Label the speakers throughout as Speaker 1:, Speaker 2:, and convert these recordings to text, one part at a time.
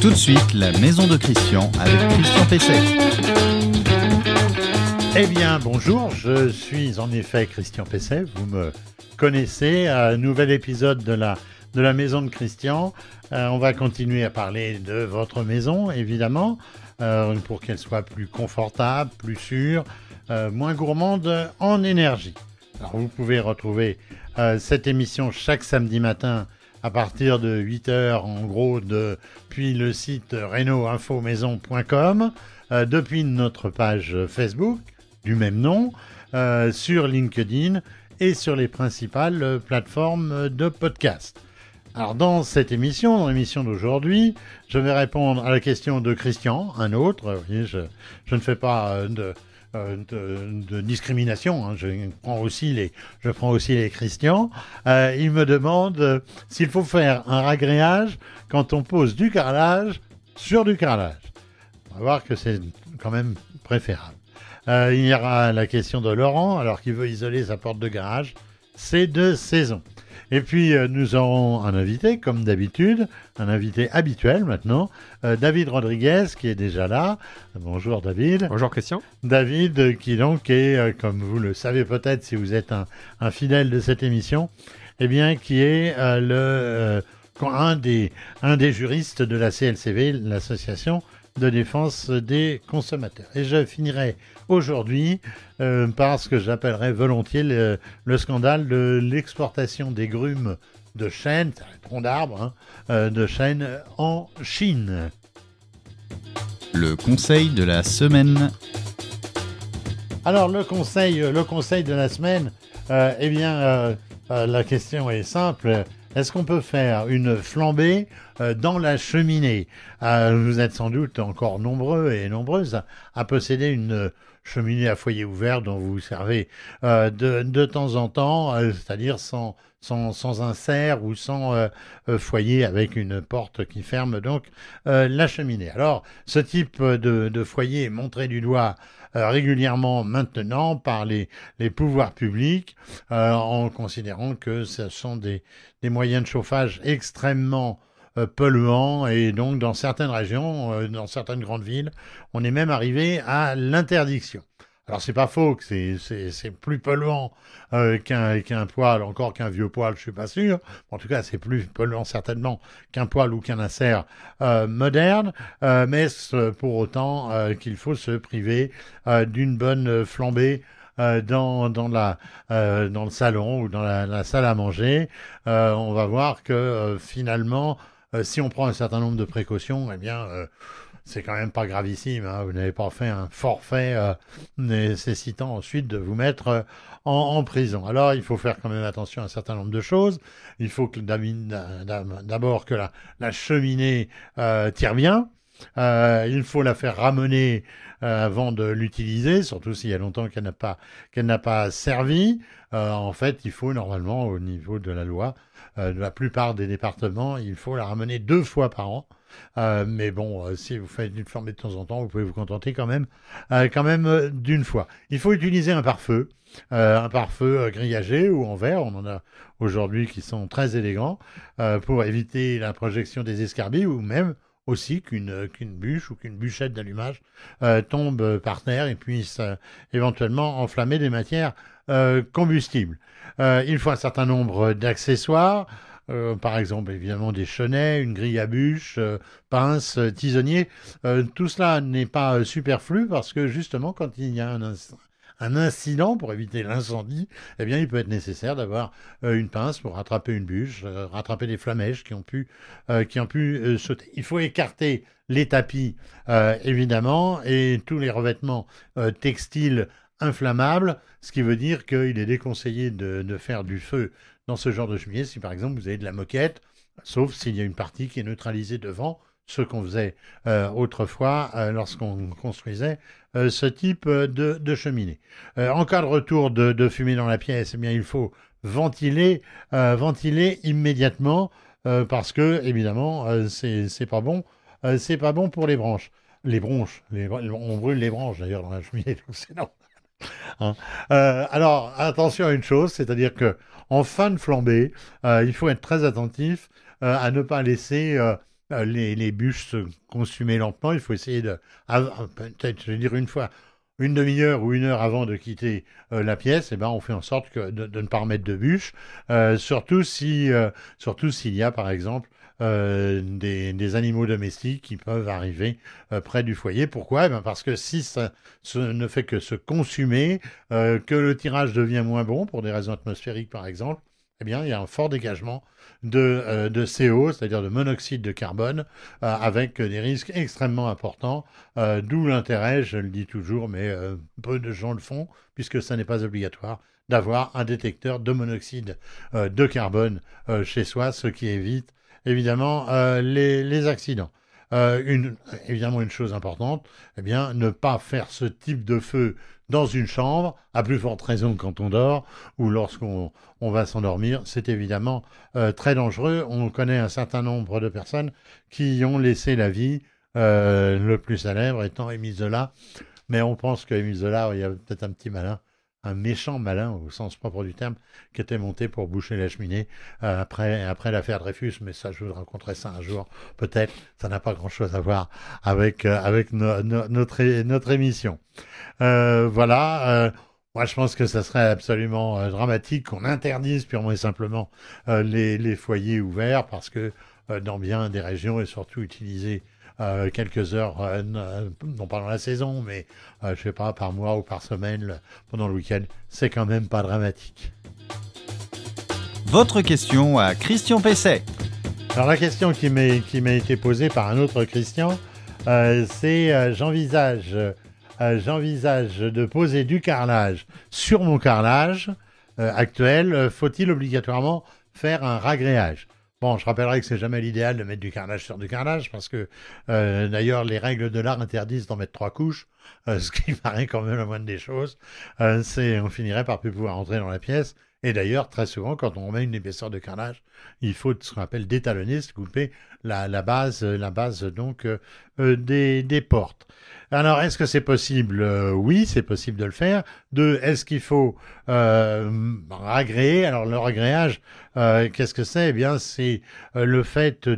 Speaker 1: Tout de suite, la maison de Christian avec Christian Pesset.
Speaker 2: Eh bien, bonjour, je suis en effet Christian Pesset, vous me connaissez, un nouvel épisode de la maison de Christian. On va continuer à parler de votre maison, évidemment, pour qu'elle soit plus confortable, plus sûre, moins gourmande en énergie. Alors, vous pouvez retrouver cette émission chaque samedi matin à partir de 8h, en gros, depuis le site reno-info-maison.com, depuis notre page Facebook du même nom, sur LinkedIn et sur les principales plateformes de podcast. Alors dans cette émission, dans l'émission d'aujourd'hui, je vais répondre à la question de Christian, un autre. Vous voyez, je ne fais pas de discrimination, hein. Je prends aussi les Christians. Il me demande s'il faut faire un ragréage quand on pose du carrelage sur du carrelage. On va voir que c'est quand même préférable. Il y aura la question de Laurent, alors qu'il veut isoler sa porte de garage. C'est de saison. Et puis, nous aurons un invité, comme d'habitude, un invité habituel maintenant, David Rodriguez, qui est déjà là. Bonjour David.
Speaker 3: Bonjour Christian.
Speaker 2: David, qui donc est, comme vous le savez peut-être si vous êtes un fidèle de cette émission, eh bien, qui est un des juristes de la CLCV, l'association de défense des consommateurs. Et je finirai aujourd'hui par ce que j'appellerais volontiers le scandale de l'exportation des grumes de chêne, c'est un tronc d'arbre, de chêne en Chine.
Speaker 1: Le conseil de la semaine.
Speaker 2: Alors le conseil de la semaine, la question est simple. Est-ce qu'on peut faire une flambée dans la cheminée ? Vous êtes sans doute encore nombreux et nombreuses à posséder une cheminée à foyer ouvert dont vous vous servez de temps en temps, c'est-à-dire sans insert ou sans foyer avec une porte qui ferme donc la cheminée. Alors, ce type de foyer est montré du doigt régulièrement maintenant par les pouvoirs publics en considérant que ce sont des moyens de chauffage extrêmement polluants et donc dans certaines régions, dans certaines grandes villes, on est même arrivé à l'interdiction. Alors c'est pas faux que c'est plus polluant qu'un poêle, encore qu'un vieux poêle, je suis pas sûr. En tout cas, c'est plus polluant certainement qu'un poêle ou qu'un insert moderne, mais pour autant qu'il faut se priver d'une bonne flambée dans le salon ou dans la salle à manger. On va voir que finalement, si on prend un certain nombre de précautions, eh bien c'est quand même pas gravissime, hein. Vous n'avez pas fait un forfait nécessitant ensuite de vous mettre en prison. Alors, il faut faire quand même attention à un certain nombre de choses. Il faut que d'abord que la cheminée tire bien. Il faut la faire ramener avant de l'utiliser, surtout s'il y a longtemps qu'elle n'a pas servi. En fait, il faut normalement, au niveau de la loi, de la plupart des départements, il faut la ramener 2 fois par an. Mais bon, si vous faites une flambée de temps en temps, vous pouvez vous contenter quand même d'une fois. Il faut utiliser un pare-feu grillagé ou en verre. On en a aujourd'hui qui sont très élégants pour éviter la projection des escarbilles ou même aussi qu'une bûche ou qu'une bûchette d'allumage tombe par terre et puisse éventuellement enflammer des matières combustibles. Il faut un certain nombre d'accessoires. Par exemple, évidemment, des chenets, une grille à bûches, pinces, tisonniers. Tout cela n'est pas superflu parce que justement, quand il y a un incident pour éviter l'incendie, eh bien, il peut être nécessaire d'avoir une pince pour rattraper une bûche, rattraper des flamèches qui ont pu sauter. Il faut écarter les tapis, évidemment, et tous les revêtements textiles inflammables, ce qui veut dire qu'il est déconseillé de faire du feu dans ce genre de cheminée si par exemple vous avez de la moquette, sauf s'il y a une partie qui est neutralisée devant, ce qu'on faisait autrefois lorsqu'on construisait ce type de cheminée. En cas de retour de fumée dans la pièce, eh bien, il faut ventiler immédiatement parce que évidemment c'est pas bon pour les branches. On brûle les branches d'ailleurs dans la cheminée, donc c'est normal. Hein. Alors attention à une chose, c'est-à-dire que en fin de flambée, il faut être très attentif à ne pas laisser les bûches se consumer lentement. Il faut essayer peut-être, je vais dire une demi-heure ou une heure avant de quitter la pièce, eh ben, on fait en sorte de ne pas remettre de bûches, surtout s'il y a par exemple des animaux domestiques qui peuvent arriver près du foyer. Pourquoi? Eh ben parce que si ça ne fait que se consumer, que le tirage devient moins bon pour des raisons atmosphériques par exemple, eh bien, il y a un fort dégagement de CO, c'est-à-dire de monoxyde de carbone, avec des risques extrêmement importants, d'où l'intérêt, je le dis toujours, mais peu de gens le font, puisque ça n'est pas obligatoire, d'avoir un détecteur de monoxyde de carbone chez soi, ce qui évite évidemment les accidents. Évidemment, une chose importante, eh bien, ne pas faire ce type de feu dans une chambre, à plus forte raison quand on dort ou lorsqu'on va s'endormir. C'est évidemment très dangereux. On connaît un certain nombre de personnes qui y ont laissé la vie, le plus célèbre étant Émile Zola. Mais on pense qu'Émile Zola, il y a peut-être un petit malin, un méchant malin au sens propre du terme, qui était monté pour boucher la cheminée après l'affaire Dreyfus. Mais ça, je vous raconterai ça un jour, peut-être. Ça n'a pas grand-chose à voir avec notre émission. Voilà. Moi, je pense que ça serait absolument dramatique qu'on interdise purement et simplement les foyers ouverts parce que dans bien des régions et surtout utiliser quelques heures, non pas dans la saison, mais je sais pas, par mois ou par semaine pendant le week-end, c'est quand même pas dramatique.
Speaker 1: Votre question à Christian Pesset.
Speaker 2: Alors la question qui m'a été posée par un autre Christian, c'est j'envisage de poser du carrelage sur mon carrelage actuel. Faut-il obligatoirement faire un ragréage? Bon, je rappellerai que c'est jamais l'idéal de mettre du carrelage sur du carrelage parce que d'ailleurs les règles de l'art interdisent d'en mettre 3 couches, ce qui paraît quand même la moindre des choses. On finirait par plus pouvoir entrer dans la pièce. Et d'ailleurs, très souvent, quand on met une épaisseur de carrelage, il faut ce qu'on appelle détalonner, c'est couper la base donc des portes. Alors, est-ce que c'est possible? Oui, c'est possible de le faire. Est-ce qu'il faut ragréer? Alors, le ragréage, qu'est-ce que c'est? Eh bien, c'est le fait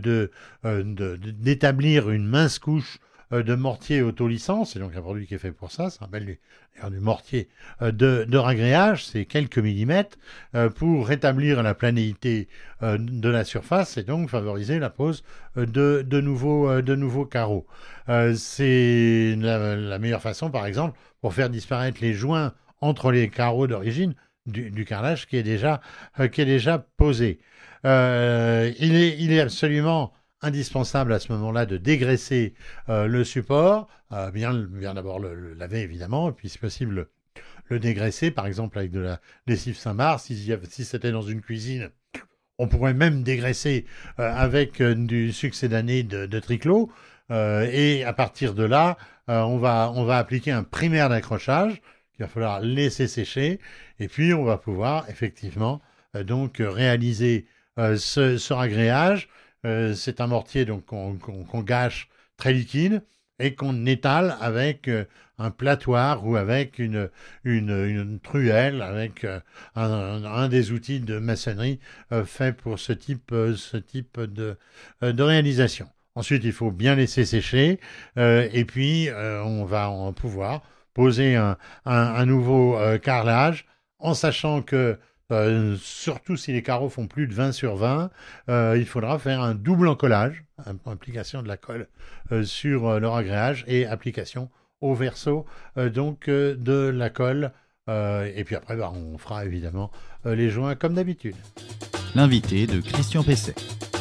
Speaker 2: d'établir une mince couche de mortier autolissant, c'est donc un produit qui est fait pour ça s'appelle du mortier de ragréage, c'est quelques millimètres, pour rétablir la planéité de la surface et donc favoriser la pose de nouveaux carreaux. C'est la meilleure façon, par exemple, pour faire disparaître les joints entre les carreaux d'origine du carrelage qui est déjà posé. Il est absolument indispensable à ce moment-là de dégraisser le support, bien d'abord le laver évidemment, et puis si possible le dégraisser, par exemple avec de la lessive Saint-Marc. Si c'était dans une cuisine, on pourrait même dégraisser avec du succédané de triclot, et à partir de là, on va appliquer un primaire d'accrochage qu'il va falloir laisser sécher, et puis on va pouvoir effectivement donc réaliser ce ragréage. C'est un mortier donc qu'on gâche très liquide et qu'on étale avec un platoir ou avec une truelle, avec un des outils de maçonnerie fait pour ce type de réalisation. Ensuite, il faut bien laisser sécher et puis on va pouvoir poser un nouveau carrelage en sachant que surtout si les carreaux font plus de 20 sur 20, il faudra faire un double encollage, application de la colle sur le ragréage et application au verso de la colle. Et puis après, on fera évidemment les joints comme d'habitude.
Speaker 1: L'invité de Christian Pesset.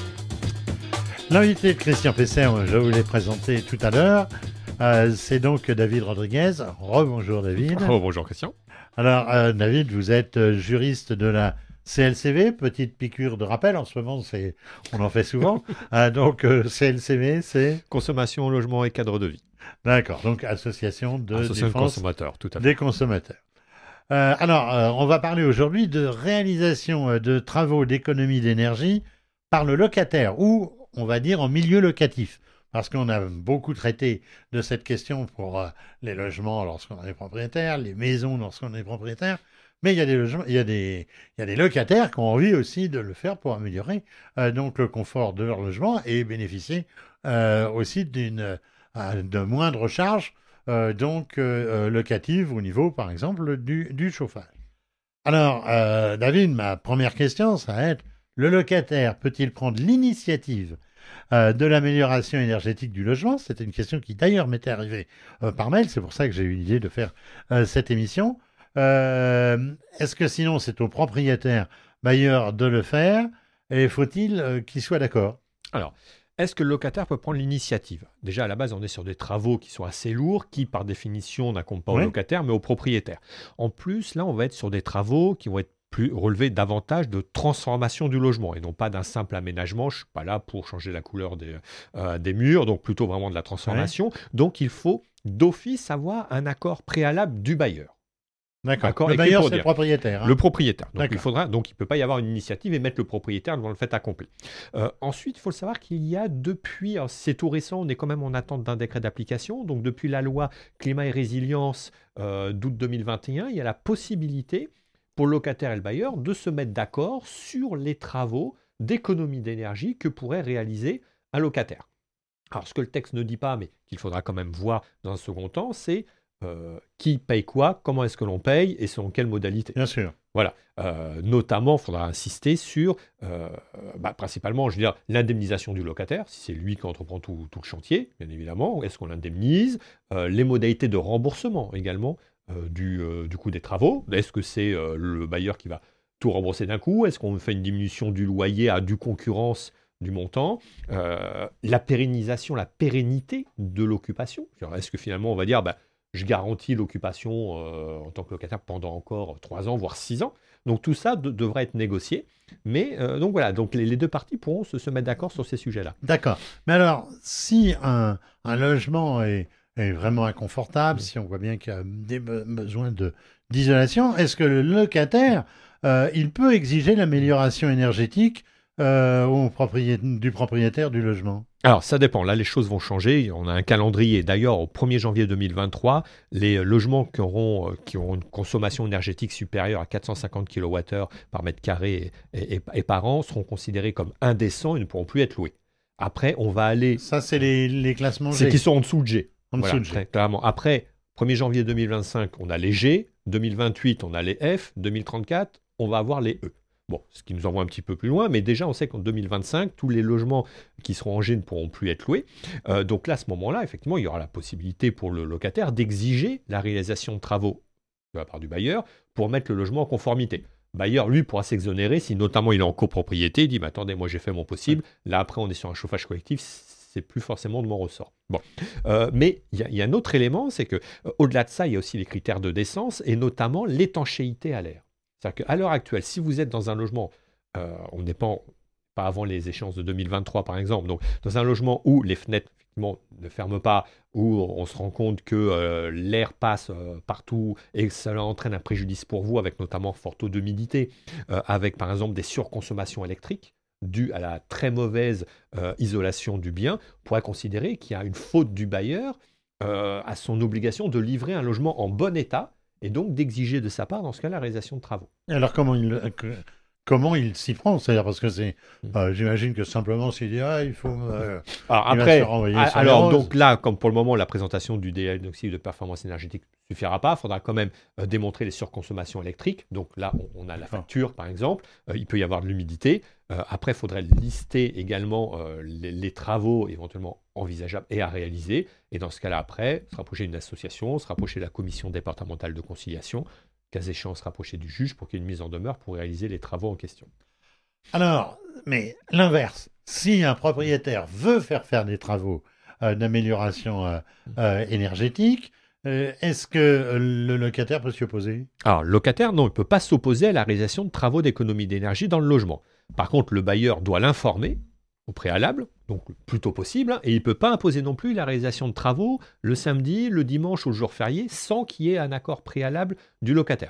Speaker 2: L'invité de Christian Pesset, je vous l'ai présenté tout à l'heure. C'est donc David Rodriguez. Rebonjour David.
Speaker 3: Bonjour Christian.
Speaker 2: Alors David, vous êtes juriste de la CLCV, petite piqûre de rappel, en ce moment on en fait souvent. Donc CLCV, c'est
Speaker 3: Consommation, logement et cadre de vie.
Speaker 2: D'accord, donc association de défense
Speaker 3: consommateurs, tout à fait.
Speaker 2: des consommateurs. Alors, on va parler aujourd'hui de réalisation de travaux d'économie d'énergie par le locataire, ou on va dire en milieu locatif. Parce qu'on a beaucoup traité de cette question pour les logements lorsqu'on en est propriétaire, les maisons lorsqu'on est propriétaire. Mais il y a des logements, il y a des locataires qui ont envie aussi de le faire pour améliorer donc le confort de leur logement et bénéficier aussi de moindres charges locatives au niveau, par exemple, du chauffage. Alors, David, ma première question, ça va être, le locataire peut-il prendre l'initiative de l'amélioration énergétique du logement? C'était une question qui d'ailleurs m'était arrivée par mail, c'est pour ça que j'ai eu l'idée de faire cette émission. Est-ce que sinon c'est au propriétaire bailleur de le faire et faut-il qu'il soit d'accord?
Speaker 3: Alors, est-ce que le locataire peut prendre l'initiative? Déjà, à la base, on est sur des travaux qui sont assez lourds, qui, par définition, n'incombent pas au
Speaker 2: Oui.
Speaker 3: locataire, mais au propriétaire. En plus, là, on va être sur des travaux qui vont être plus relevés davantage de transformation du logement et non pas d'un simple aménagement. Je ne suis pas là pour changer la couleur des murs, donc plutôt vraiment de la transformation. Donc, il faut d'office avoir un accord préalable du bailleur.
Speaker 2: D'accord.
Speaker 3: Accord
Speaker 2: Le
Speaker 3: écrit
Speaker 2: bailleur,
Speaker 3: pour
Speaker 2: c'est le
Speaker 3: dire.
Speaker 2: propriétaire. Hein.
Speaker 3: Le propriétaire. Donc,
Speaker 2: D'accord.
Speaker 3: il peut pas y avoir une initiative et mettre le propriétaire devant le fait accompli. Ensuite, il faut le savoir qu'il y a depuis, alors c'est tout récent, on est quand même en attente d'un décret d'application. Donc, depuis la loi Climat et Résilience d'août 2021, il y a la possibilité pour le locataire et le bailleur de se mettre d'accord sur les travaux d'économie d'énergie que pourrait réaliser un locataire. Alors, ce que le texte ne dit pas, mais qu'il faudra quand même voir dans un second temps, c'est qui paye quoi, comment est-ce que l'on paye et selon quelle modalité.
Speaker 2: Bien sûr.
Speaker 3: Voilà. Notamment, il faudra insister sur, principalement, je veux dire, l'indemnisation du locataire, si c'est lui qui entreprend tout le chantier, bien évidemment. Est-ce qu'on l'indemnise? Les modalités de remboursement également du coût des travaux. Est-ce que c'est le bailleur qui va tout rembourser d'un coup? Est-ce qu'on fait une diminution du loyer à due concurrence du montant? La pérennisation, la pérennité de l'occupation. Est-ce que finalement, on va dire, je garantis l'occupation en tant que locataire pendant encore 3 ans, voire 6 ans. Donc tout ça devrait être négocié. Mais donc voilà, donc les deux parties pourront se mettre d'accord sur ces sujets-là.
Speaker 2: D'accord. Mais alors, si un logement est vraiment inconfortable, si on voit bien qu'il y a des besoins d'isolation, est-ce que le locataire, il peut exiger l'amélioration énergétique du propriétaire du logement?
Speaker 3: Alors ça dépend, là les choses vont changer, on a un calendrier. D'ailleurs au 1er janvier 2023, les logements qui auront une consommation énergétique supérieure à 450 kWh par mètre carré et par an seront considérés comme indécents et ne pourront plus être loués. Après on va aller...
Speaker 2: Ça, c'est les classements G.
Speaker 3: C'est qui sont en dessous de G.
Speaker 2: En dessous de G.
Speaker 3: Très clairement. Après, 1er janvier 2025, on a les G, 2028, on a les F, 2034, on va avoir les E. Bon, ce qui nous envoie un petit peu plus loin, mais déjà on sait qu'en 2025, tous les logements qui seront en G ne pourront plus être loués. Donc là, à ce moment-là, effectivement, il y aura la possibilité pour le locataire d'exiger la réalisation de travaux de la part du bailleur pour mettre le logement en conformité. Le bailleur, lui, pourra s'exonérer si notamment il est en copropriété, il dit « attendez, moi j'ai fait mon possible, là après on est sur un chauffage collectif, c'est plus forcément de mon ressort. » Bon. Mais il y a un autre élément, c'est que au-delà de ça, il y a aussi les critères de décence et notamment l'étanchéité à l'air. C'est-à-dire qu'à l'heure actuelle, si vous êtes dans un logement, on n'est pas avant les échéances de 2023 par exemple, donc dans un logement où les fenêtres effectivement ne ferment pas, où on se rend compte que l'air passe partout et que cela entraîne un préjudice pour vous, avec notamment fort taux d'humidité, avec par exemple des surconsommations électriques dues à la très mauvaise isolation du bien, on pourrait considérer qu'il y a une faute du bailleur à son obligation de livrer un logement en bon état, et donc d'exiger de sa part, dans ce cas, la réalisation de travaux.
Speaker 2: Alors, comment il s'y prend? C'est-à-dire, parce que j'imagine que simplement, s'il dit, il faut...
Speaker 3: Alors,
Speaker 2: il va
Speaker 3: après,
Speaker 2: se renvoyer sur les
Speaker 3: alors
Speaker 2: roses.
Speaker 3: donc là, comme pour le moment, la présentation du diagnostic de performance énergétique ne suffira pas. Il faudra quand même démontrer les surconsommations électriques. Donc là, on a la facture, par exemple. Il peut y avoir de l'humidité. Après, il faudrait lister également les travaux éventuellement envisageables et à réaliser. Et dans ce cas-là, après, se rapprocher d'une association, se rapprocher de la commission départementale de conciliation, cas échéant, se rapprocher du juge pour qu'il y ait une mise en demeure pour réaliser les travaux en question.
Speaker 2: Alors, mais l'inverse, si un propriétaire veut faire des travaux d'amélioration énergétique, est-ce que le locataire peut s'y opposer?
Speaker 3: Alors, le locataire, non, il ne peut pas s'opposer à la réalisation de travaux d'économie d'énergie dans le logement. Par contre, le bailleur doit l'informer au préalable, donc le plus tôt possible, et il ne peut pas imposer non plus la réalisation de travaux le samedi, le dimanche ou le jour férié sans qu'il y ait un accord préalable du locataire.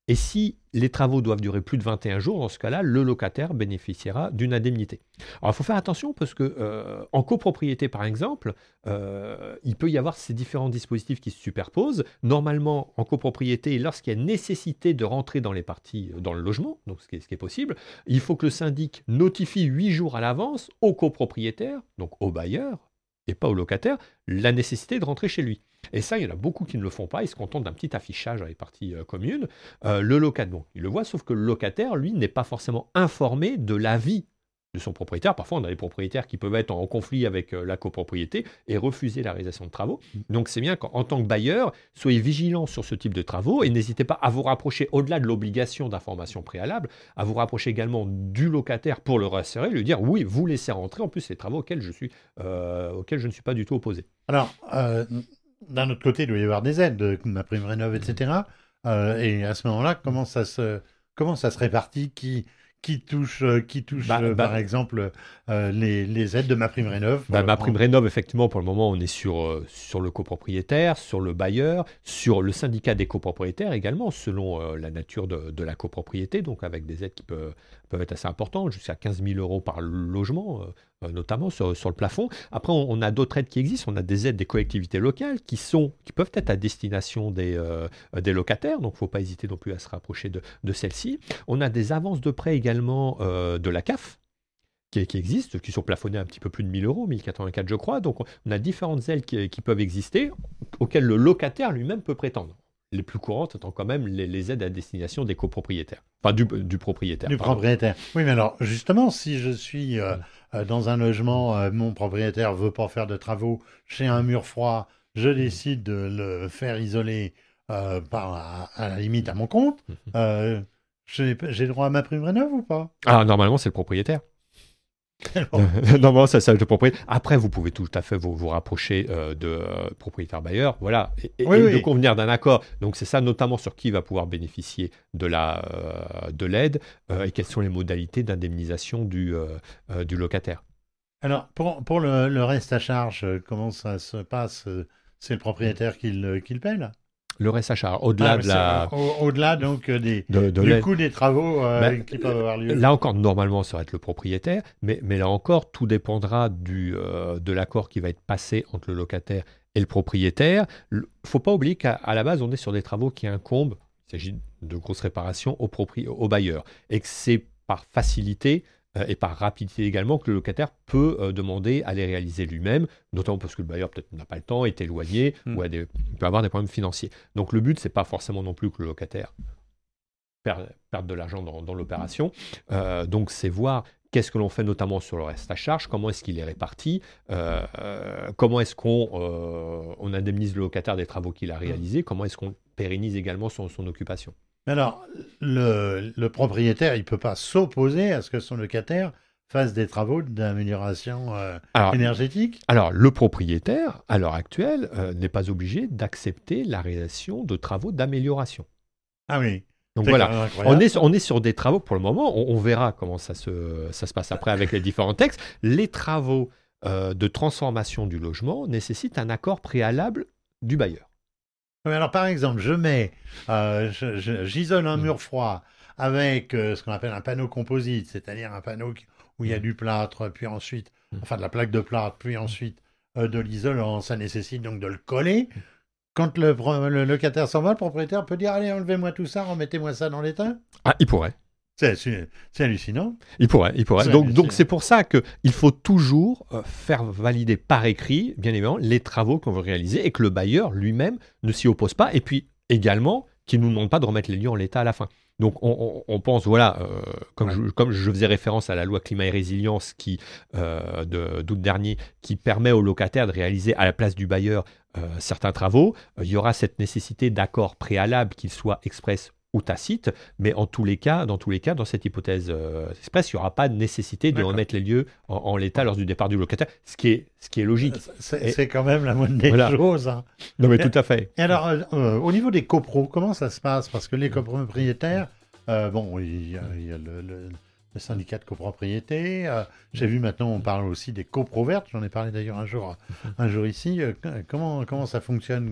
Speaker 3: Et si les travaux doivent durer plus de 21 jours, dans ce cas-là, le locataire bénéficiera d'une indemnité. Alors, il faut faire attention parce que en copropriété, par exemple, il peut y avoir ces différents dispositifs qui se superposent. Normalement, en copropriété, lorsqu'il y a nécessité de rentrer dans les parties, dans le logement, donc ce qui est possible, il faut que le syndic notifie 8 jours à l'avance au copropriétaire, donc au bailleur, et pas au locataire, la nécessité de rentrer chez lui. Et ça, il y en a beaucoup qui ne le font pas, ils se contentent d'un petit affichage dans les parties communes. Le locataire, bon, il le voit, sauf que le locataire, lui, n'est pas forcément informé de l'avis de son propriétaire. Parfois, on a des propriétaires qui peuvent être en conflit avec la copropriété et refuser la réalisation de travaux. Donc, c'est bien qu'en tant que bailleur, soyez vigilants sur ce type de travaux et n'hésitez pas à vous rapprocher, au-delà de l'obligation d'information préalable, à vous rapprocher également du locataire pour le rassurer, lui dire oui, vous laissez rentrer. En plus, c'est des travaux auxquels je ne suis pas du tout opposé.
Speaker 2: Alors, d'un autre côté, il doit y avoir des aides, MaPrimeRénov', etc. Et à ce moment-là, comment ça se répartit qui touche, par exemple, les aides de MaPrimeRénov'?
Speaker 3: MaPrimeRénov', effectivement, pour le moment, on est sur le copropriétaire, sur le bailleur, sur le syndicat des copropriétaires également, selon la nature de la copropriété, donc avec des aides qui peuvent être assez importantes, jusqu'à 15 000 euros par logement, notamment sur le plafond. Après, on a d'autres aides qui existent. On a des aides des collectivités locales qui peuvent être à destination des locataires, donc il ne faut pas hésiter non plus à se rapprocher de celles-ci. On a des avances de prêt également de la CAF, qui existent, qui sont plafonnées à un petit peu plus de 1 000 euros, 1084 je crois. Donc on a différentes aides qui peuvent exister, auxquelles le locataire lui-même peut prétendre. Les plus courantes étant quand même les aides à destination des copropriétaires. Enfin, du propriétaire.
Speaker 2: Du propriétaire. Oui, mais alors, justement, si je suis dans un logement, mon propriétaire veut pas faire de travaux, j'ai un mur froid, je décide de le faire isoler à la limite à mon compte, j'ai droit à MaPrimeRénov' ou pas?
Speaker 3: Ah, normalement, c'est le propriétaire. Non, ça le propriétaire. Après, vous pouvez tout à fait vous rapprocher de propriétaire bailleur, voilà, et de convenir d'un accord. Donc c'est ça notamment sur qui va pouvoir bénéficier de l'aide et quelles sont les modalités d'indemnisation du locataire.
Speaker 2: Alors pour le reste à charge, comment ça se passe? C'est le propriétaire qui le paie là?
Speaker 3: Le reste à charge, au-delà
Speaker 2: au-delà donc du coût des travaux qui peuvent avoir lieu.
Speaker 3: Là encore, normalement, ça va être le propriétaire, mais là encore, tout dépendra de l'accord qui va être passé entre le locataire et le propriétaire. Il ne faut pas oublier qu'à la base, on est sur des travaux qui incombent, il s'agit de grosses réparations au bailleur, et que c'est par facilité et par rapidité également que le locataire peut demander à les réaliser lui-même, notamment parce que le bailleur peut-être n'a pas le temps, est éloigné, ou il peut avoir des problèmes financiers. Donc le but, c'est pas forcément non plus que le locataire perde de l'argent dans l'opération. Donc c'est voir qu'est-ce que l'on fait notamment sur le reste à charge, comment est-ce qu'il est réparti, comment est-ce qu'on indemnise le locataire des travaux qu'il a réalisés, comment est-ce qu'on pérennise également son occupation.
Speaker 2: Alors, le propriétaire, il ne peut pas s'opposer à ce que son locataire fasse des travaux d'amélioration énergétique? Alors,
Speaker 3: le propriétaire, à l'heure actuelle, n'est pas obligé d'accepter la réalisation de travaux d'amélioration.
Speaker 2: Ah oui.
Speaker 3: Donc voilà, on est sur des travaux, pour le moment, on verra comment ça se passe après avec les différents textes. Les travaux de transformation du logement nécessitent un accord préalable du bailleur.
Speaker 2: Alors, par exemple, j'isole un mur froid avec ce qu'on appelle un panneau composite, c'est-à-dire un panneau où il y a du plâtre, puis ensuite, enfin de la plaque de plâtre, puis ensuite de l'isolant. Ça nécessite donc de le coller. Quand le locataire s'en va, le propriétaire peut dire « Allez, enlevez-moi tout ça, remettez-moi ça dans l'état ».
Speaker 3: Ah, il pourrait.
Speaker 2: C'est hallucinant.
Speaker 3: Il pourrait. Donc c'est pour ça qu'il faut toujours faire valider par écrit, bien évidemment, les travaux qu'on veut réaliser et que le bailleur lui-même ne s'y oppose pas. Et puis également, qu'il ne nous demande pas de remettre les lieux en l'état à la fin. Donc on pense, voilà, comme je faisais référence à la loi climat et résilience d'août dernier, qui permet aux locataires de réaliser à la place du bailleur certains travaux, il y aura cette nécessité d'accord préalable, qu'il soit express ou tacite, mais dans tous les cas, dans cette hypothèse express, il n'y aura pas de nécessité de remettre les lieux en l'état lors du départ du locataire, ce qui est logique.
Speaker 2: C'est quand même la moindre des choses. Hein.
Speaker 3: Non, mais tout à fait.
Speaker 2: Et alors, au niveau des copros, comment ça se passe? Parce que les copropriétaires, il y a le syndicat de copropriété. J'ai vu maintenant, on parle aussi des copros vertes. J'en ai parlé d'ailleurs un jour ici. Comment ça fonctionne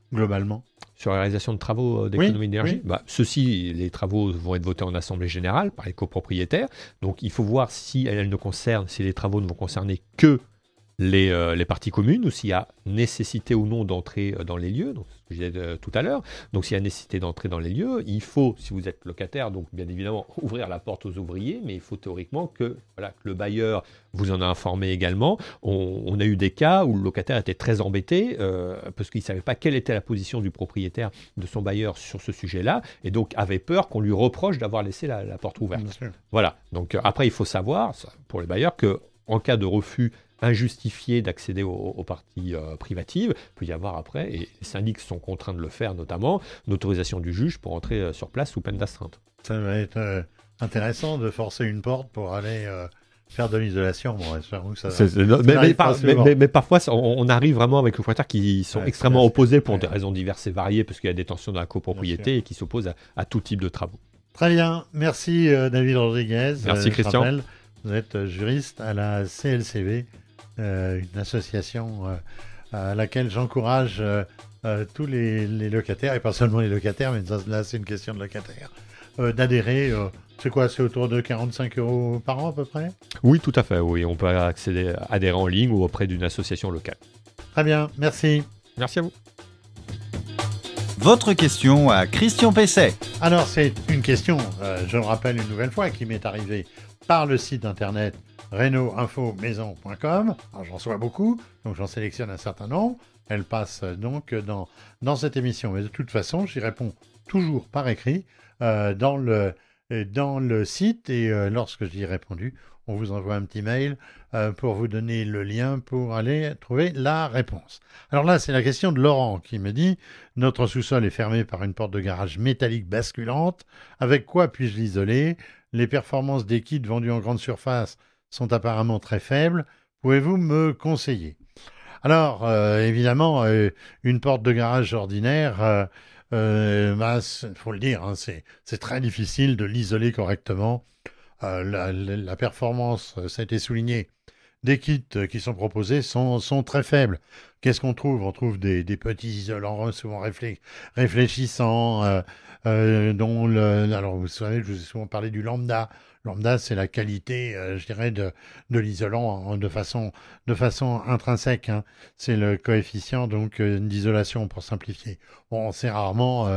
Speaker 2: globalement?
Speaker 3: Sur la réalisation de travaux d'économie d'énergie,
Speaker 2: oui.
Speaker 3: Les travaux vont être votés en assemblée générale par les copropriétaires. Donc il faut voir si les travaux ne vont concerner que les parties communes, ou s'il y a nécessité ou non d'entrer dans les lieux, donc ce que je disais tout à l'heure. Donc s'il y a nécessité d'entrer dans les lieux, il faut, si vous êtes locataire, donc bien évidemment ouvrir la porte aux ouvriers, mais il faut théoriquement que le bailleur vous en a informé également. On a eu des cas où le locataire était très embêté parce qu'il ne savait pas quelle était la position du propriétaire, de son bailleur sur ce sujet-là, et donc avait peur qu'on lui reproche d'avoir laissé la porte ouverte.
Speaker 2: Bien sûr.
Speaker 3: Voilà, donc après il faut savoir, pour les bailleurs, qu'en cas de refus injustifié d'accéder aux parties privatives, il peut y avoir après, et les syndics sont contraints de le faire notamment, une autorisation du juge pour entrer sur place sous peine d'astreinte.
Speaker 2: Ça va être intéressant de forcer une porte pour aller faire de l'isolation. Bon, espérons que ça
Speaker 3: Mais parfois, on arrive vraiment avec les propriétaires qui sont extrêmement opposés pour des raisons diverses et variées, parce qu'il y a des tensions dans la copropriété et qui s'opposent à tout type de travaux.
Speaker 2: Très bien. Merci David Rodriguez.
Speaker 3: Merci Christian.
Speaker 2: Rappelle, vous êtes juriste à la CLCV, une association à laquelle j'encourage tous les locataires, et pas seulement les locataires, mais là c'est une question de locataires, d'adhérer. C'est quoi, c'est autour de 45 € par an à peu près?
Speaker 3: Oui, tout à fait. Oui, on peut adhérer en ligne ou auprès d'une association locale.
Speaker 2: Très bien, merci.
Speaker 3: Merci à vous.
Speaker 1: Votre question à Christian Pesset.
Speaker 2: Alors c'est une question, je le rappelle une nouvelle fois, qui m'est arrivée par le site internet reno-info-maison.com. Alors j'en reçois beaucoup, donc j'en sélectionne un certain nombre. Elle passe donc dans cette émission. Mais de toute façon, j'y réponds toujours par écrit dans le site. Et lorsque j'y ai répondu, on vous envoie un petit mail pour vous donner le lien pour aller trouver la réponse. Alors là, c'est la question de Laurent qui me dit « Notre sous-sol est fermé par une porte de garage métallique basculante. Avec quoi puis-je l'isoler? Les performances des kits vendus en grande surface sont apparemment très faibles. Pouvez-vous me conseiller ?» Alors, évidemment, une porte de garage ordinaire, faut le dire, hein, c'est très difficile de l'isoler correctement. La performance, ça a été souligné, des kits qui sont proposés sont très faibles. Qu'est-ce qu'on trouve? On trouve des petits isolants souvent réfléchissants, alors vous savez, je vous ai souvent parlé du lambda. Lambda, c'est la qualité, je dirais, de l'isolant de façon intrinsèque. Hein. C'est le coefficient donc d'isolation, pour simplifier. Bon, c'est rarement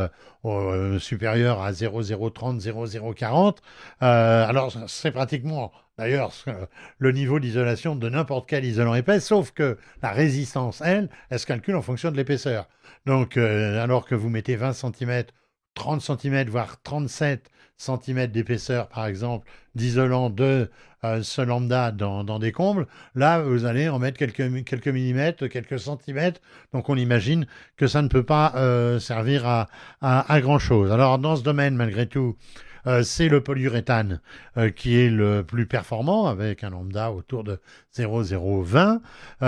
Speaker 2: supérieur à 0,030, 0,040. Alors, c'est pratiquement, d'ailleurs, le niveau d'isolation de n'importe quel isolant épais, sauf que la résistance, elle se calcule en fonction de l'épaisseur. Donc, alors que vous mettez 20 cm, 30 cm, voire 37 cm d'épaisseur, par exemple, d'isolant de ce lambda dans des combles, là, vous allez en mettre quelques millimètres, quelques centimètres, donc on imagine que ça ne peut pas servir à grand-chose. Alors, dans ce domaine, malgré tout, c'est le polyuréthane qui est le plus performant, avec un lambda autour de 0,020,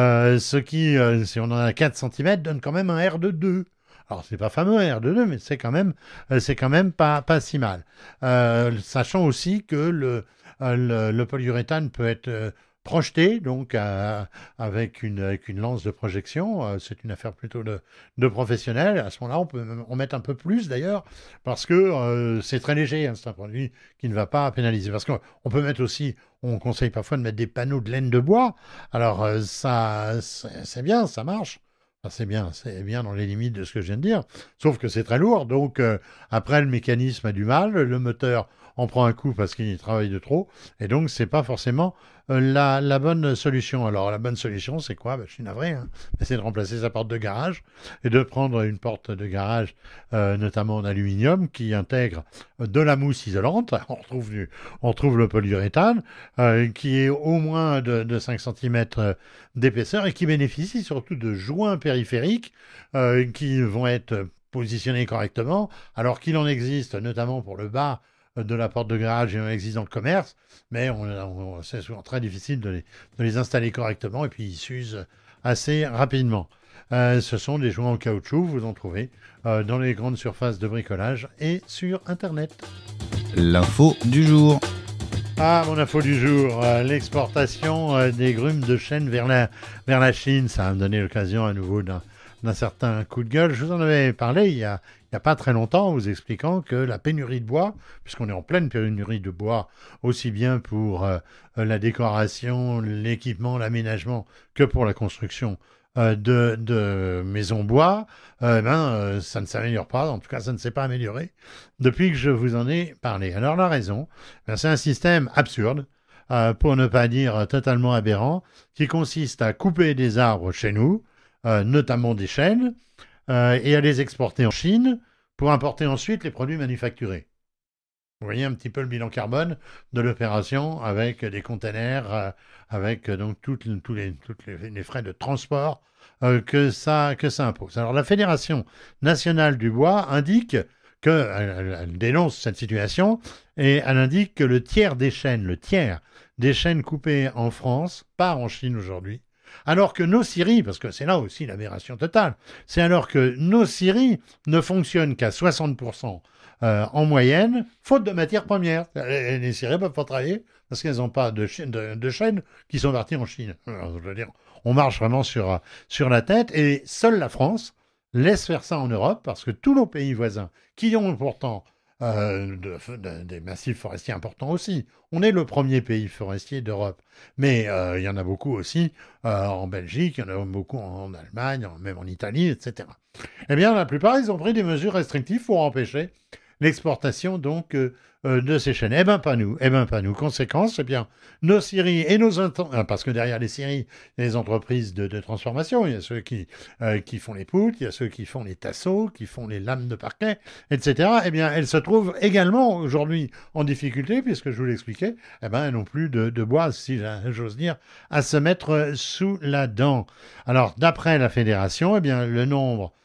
Speaker 2: ce qui, si on en a 4 cm, donne quand même un R de 2. Alors, c'est pas fameux R de 2, mais c'est quand même pas si mal. Sachant aussi que le polyuréthane peut être projeté, donc avec une lance de projection. C'est une affaire plutôt de professionnel. À ce moment-là, on peut en mettre un peu plus d'ailleurs, parce que c'est très léger. Hein, c'est un produit qui ne va pas pénaliser. Parce qu'on peut mettre aussi, on conseille parfois de mettre des panneaux de laine de bois. Alors ça, c'est bien, ça marche. C'est bien dans les limites de ce que je viens de dire, sauf que c'est très lourd, donc après le mécanisme a du mal, le moteur en prend un coup parce qu'il travaille de trop, et donc c'est pas forcément la bonne solution. Alors la bonne solution c'est quoi? Je suis navré, hein. C'est de remplacer sa porte de garage et de prendre une porte de garage notamment en aluminium qui intègre de la mousse isolante. On retrouve le polyuréthane qui est au moins de 5 cm d'épaisseur et qui bénéficie surtout de joints périphériques qui vont être positionnés correctement, alors qu'il en existe notamment pour le bas de la porte de garage, il en existe dans le commerce, mais c'est souvent très difficile de les installer correctement et puis ils s'usent assez rapidement. Ce sont des joints en caoutchouc, vous en trouvez dans les grandes surfaces de bricolage et sur Internet.
Speaker 1: L'info du jour.
Speaker 2: Ah, mon info du jour, l'exportation des grumes de chêne vers la Chine, ça va me donner l'occasion à nouveau d'un certain coup de gueule. Je vous en avais parlé il y a pas très longtemps, en vous expliquant que la pénurie de bois, puisqu'on est en pleine pénurie de bois, aussi bien pour la décoration, l'équipement, l'aménagement, que pour la construction de maisons bois, ça ne s'améliore pas, en tout cas ça ne s'est pas amélioré depuis que je vous en ai parlé. Alors la raison, c'est un système absurde, pour ne pas dire totalement aberrant, qui consiste à couper des arbres chez nous, notamment des chênes, et à les exporter en Chine pour importer ensuite les produits manufacturés. Vous voyez un petit peu le bilan carbone de l'opération avec des containers, avec donc tous les frais de transport que ça impose. Alors la Fédération nationale du bois indique elle dénonce cette situation et elle indique que le tiers des chênes coupés en France part en Chine aujourd'hui. Alors que nos scieries, parce que c'est là aussi l'aberration totale, c'est alors que nos scieries ne fonctionnent qu'à 60% en moyenne, faute de matières premières. Les scieries ne peuvent pas travailler parce qu'elles n'ont pas de chênes qui sont partis en Chine. Alors, je veux dire, on marche vraiment sur la tête et seule la France laisse faire ça en Europe parce que tous nos pays voisins, qui ont pourtant des massifs forestiers importants aussi. On est le premier pays forestier d'Europe. Mais il y en a beaucoup aussi en Belgique, il y en a beaucoup en Allemagne, même en Italie, etc. Eh bien, la plupart, ils ont pris des mesures restrictives pour empêcher l'exportation donc de ces chênes. Eh bien, pas nous. Conséquence, eh bien, nos scieries et parce que derrière les scieries, il y a les entreprises de transformation. Il y a ceux qui font les poutres, il y a ceux qui font les tasseaux, qui font les lames de parquet, etc. Eh bien, elles se trouvent également aujourd'hui en difficulté, puisque je vous l'expliquais, eh bien, elles n'ont plus de bois, si j'ose dire, à se mettre sous la dent. Alors, d'après la fédération, eh bien, le nombre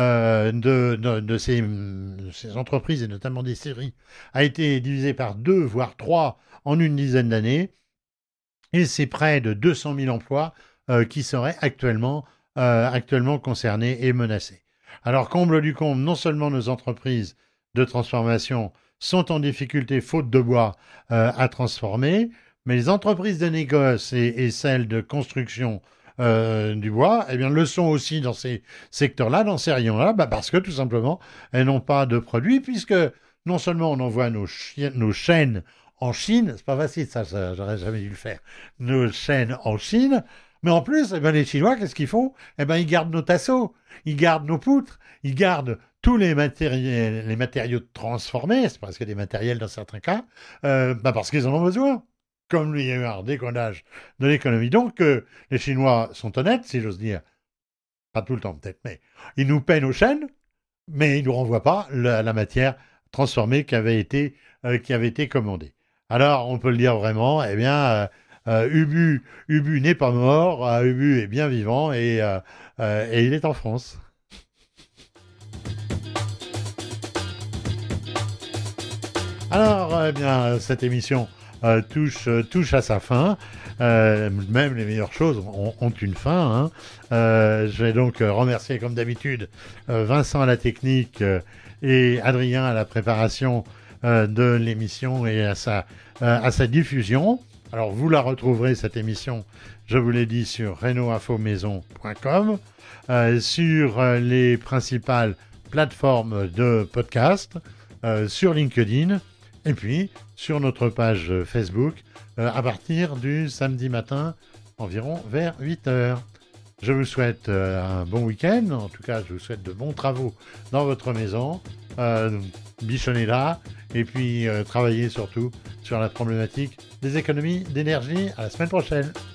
Speaker 2: de ces entreprises, et notamment des scieries, a été divisé par 2, voire 3 en une dizaine d'années. Et c'est près de 200 000 emplois qui seraient actuellement concernés et menacés. Alors, comble du comble, non seulement nos entreprises de transformation sont en difficulté faute de bois à transformer, mais les entreprises de négoce et celles de construction du bois, eh bien, le sont aussi dans ces secteurs-là, dans ces rayons-là, parce que tout simplement, elles n'ont pas de produits, puisque non seulement on envoie nos chênes en Chine, c'est pas facile ça, j'aurais jamais dû le faire, nos chênes en Chine, mais en plus, eh bien, les Chinois, qu'est-ce qu'ils font? Eh bien, ils gardent nos tasseaux, ils gardent nos poutres, ils gardent tous les matériaux transformés, c'est presque des matériels dans certains cas, parce qu'ils en ont besoin. Comme il y a eu un déconnage de l'économie. Donc, les Chinois sont honnêtes, si j'ose dire. Pas tout le temps, peut-être, mais ils nous paient nos chaînes, mais ils ne nous renvoient pas la matière transformée qui avait été commandée. Alors, on peut le dire vraiment, eh bien, Ubu n'est pas mort, Ubu est bien vivant et il est en France. Alors, eh bien, cette émission touche à sa fin. Même les meilleures choses ont une fin. Je vais donc remercier, comme d'habitude, Vincent à la technique et Adrien à la préparation de l'émission et à sa diffusion. Alors, vous la retrouverez, cette émission, je vous l'ai dit, sur renoinfomaison.com, sur les principales plateformes de podcast, sur LinkedIn, et puis sur notre page Facebook à partir du samedi matin, environ vers 8h. Je vous souhaite un bon week-end, en tout cas je vous souhaite de bons travaux dans votre maison, bichonnez-la, et puis travaillez surtout sur la problématique des économies d'énergie. À la semaine prochaine.